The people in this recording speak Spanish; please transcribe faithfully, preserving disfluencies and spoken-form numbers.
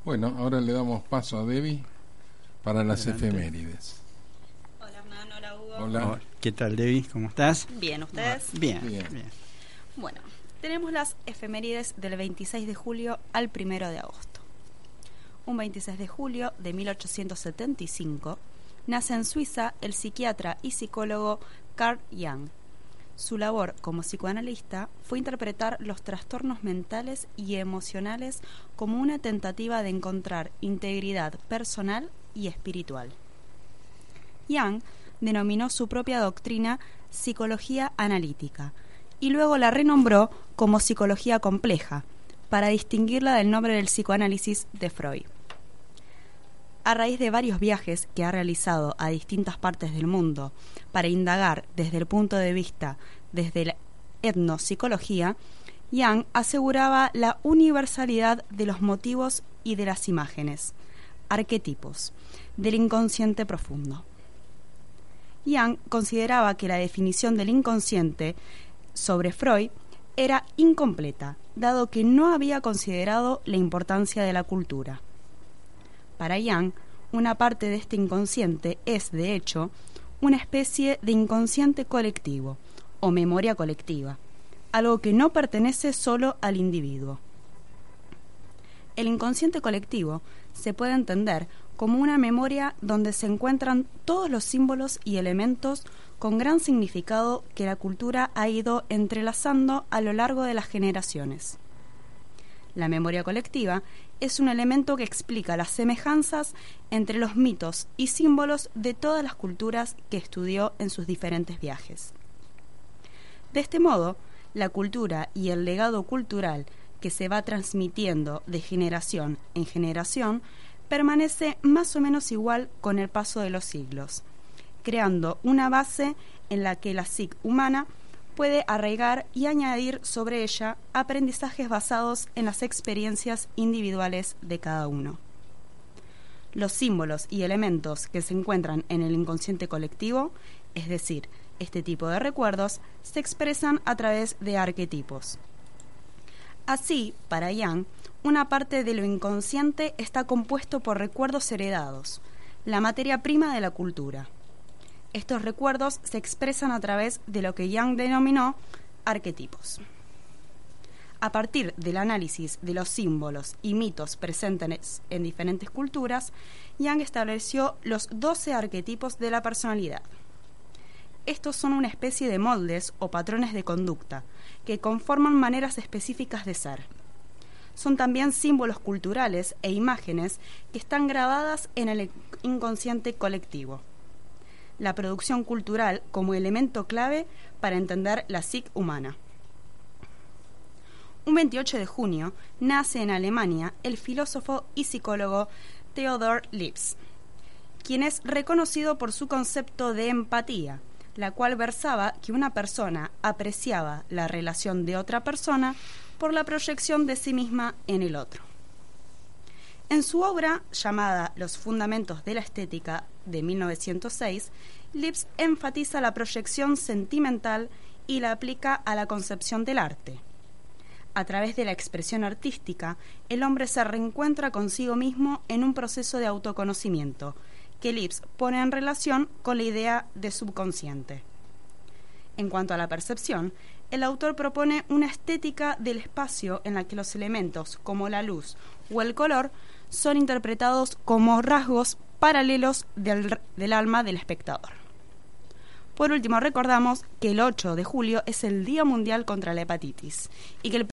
Bueno, ahora le damos paso a Debbie para las Adelante. efemérides. Hola Hernán, hola Hugo. Hola. Oh, ¿qué tal, Debbie? ¿Cómo estás? Bien, ¿ustedes? Bien, Bien. bien. Bueno, tenemos las efemérides del veintiséis de julio al primero de agosto. Un veintiséis de julio de mil ochocientos setenta y cinco nace en Suiza el psiquiatra y psicólogo Carl Jung. Su labor como psicoanalista fue interpretar los trastornos mentales y emocionales como una tentativa de encontrar integridad personal y espiritual. Jung denominó su propia doctrina psicología analítica y luego la renombró como psicología compleja para distinguirla del nombre del psicoanálisis de Freud. A raíz de varios viajes que ha realizado a distintas partes del mundo para indagar desde el punto de vista desde la etnopsicología, Jung aseguraba la universalidad de los motivos y de las imágenes, arquetipos, del inconsciente profundo. Jung consideraba que la definición del inconsciente sobre Freud era incompleta, dado que no había considerado la importancia de la cultura. Para Jung, una parte de este inconsciente es, de hecho, una especie de inconsciente colectivo o memoria colectiva, algo que no pertenece solo al individuo. El inconsciente colectivo se puede entender como una memoria donde se encuentran todos los símbolos y elementos con gran significado que la cultura ha ido entrelazando a lo largo de las generaciones. La memoria colectiva es un elemento que explica las semejanzas entre los mitos y símbolos de todas las culturas que estudió en sus diferentes viajes. De este modo, la cultura y el legado cultural que se va transmitiendo de generación en generación permanece más o menos igual con el paso de los siglos, creando una base en la que la psique humana puede arraigar y añadir sobre ella aprendizajes basados en las experiencias individuales de cada uno. Los símbolos y elementos que se encuentran en el inconsciente colectivo, es decir, este tipo de recuerdos, se expresan a través de arquetipos. Así, para Jung, una parte de lo inconsciente está compuesto por recuerdos heredados, la materia prima de la cultura. Estos recuerdos se expresan a través de lo que Jung denominó arquetipos. A partir del análisis de los símbolos y mitos presentes en diferentes culturas, Jung estableció los doce arquetipos de la personalidad. Estos son una especie de moldes o patrones de conducta que conforman maneras específicas de ser. Son también símbolos culturales e imágenes que están grabadas en el inconsciente colectivo. La producción cultural como elemento clave para entender la psique humana. Un veintiocho de junio nace en Alemania el filósofo y psicólogo Theodor Lipps, quien es reconocido por su concepto de empatía, la cual versaba que una persona apreciaba la relación de otra persona por la proyección de sí misma en el otro. En su obra, llamada Los Fundamentos de la Estética, de mil novecientos seis, Lipps enfatiza la proyección sentimental y la aplica a la concepción del arte. A través de la expresión artística, el hombre se reencuentra consigo mismo en un proceso de autoconocimiento, que Lipps pone en relación con la idea de subconsciente. En cuanto a la percepción, el autor propone una estética del espacio en la que los elementos, como la luz o el color, son interpretados como rasgos paralelos del, del alma del espectador. Por último, recordamos que el ocho de julio es el Día Mundial contra la Hepatitis y que el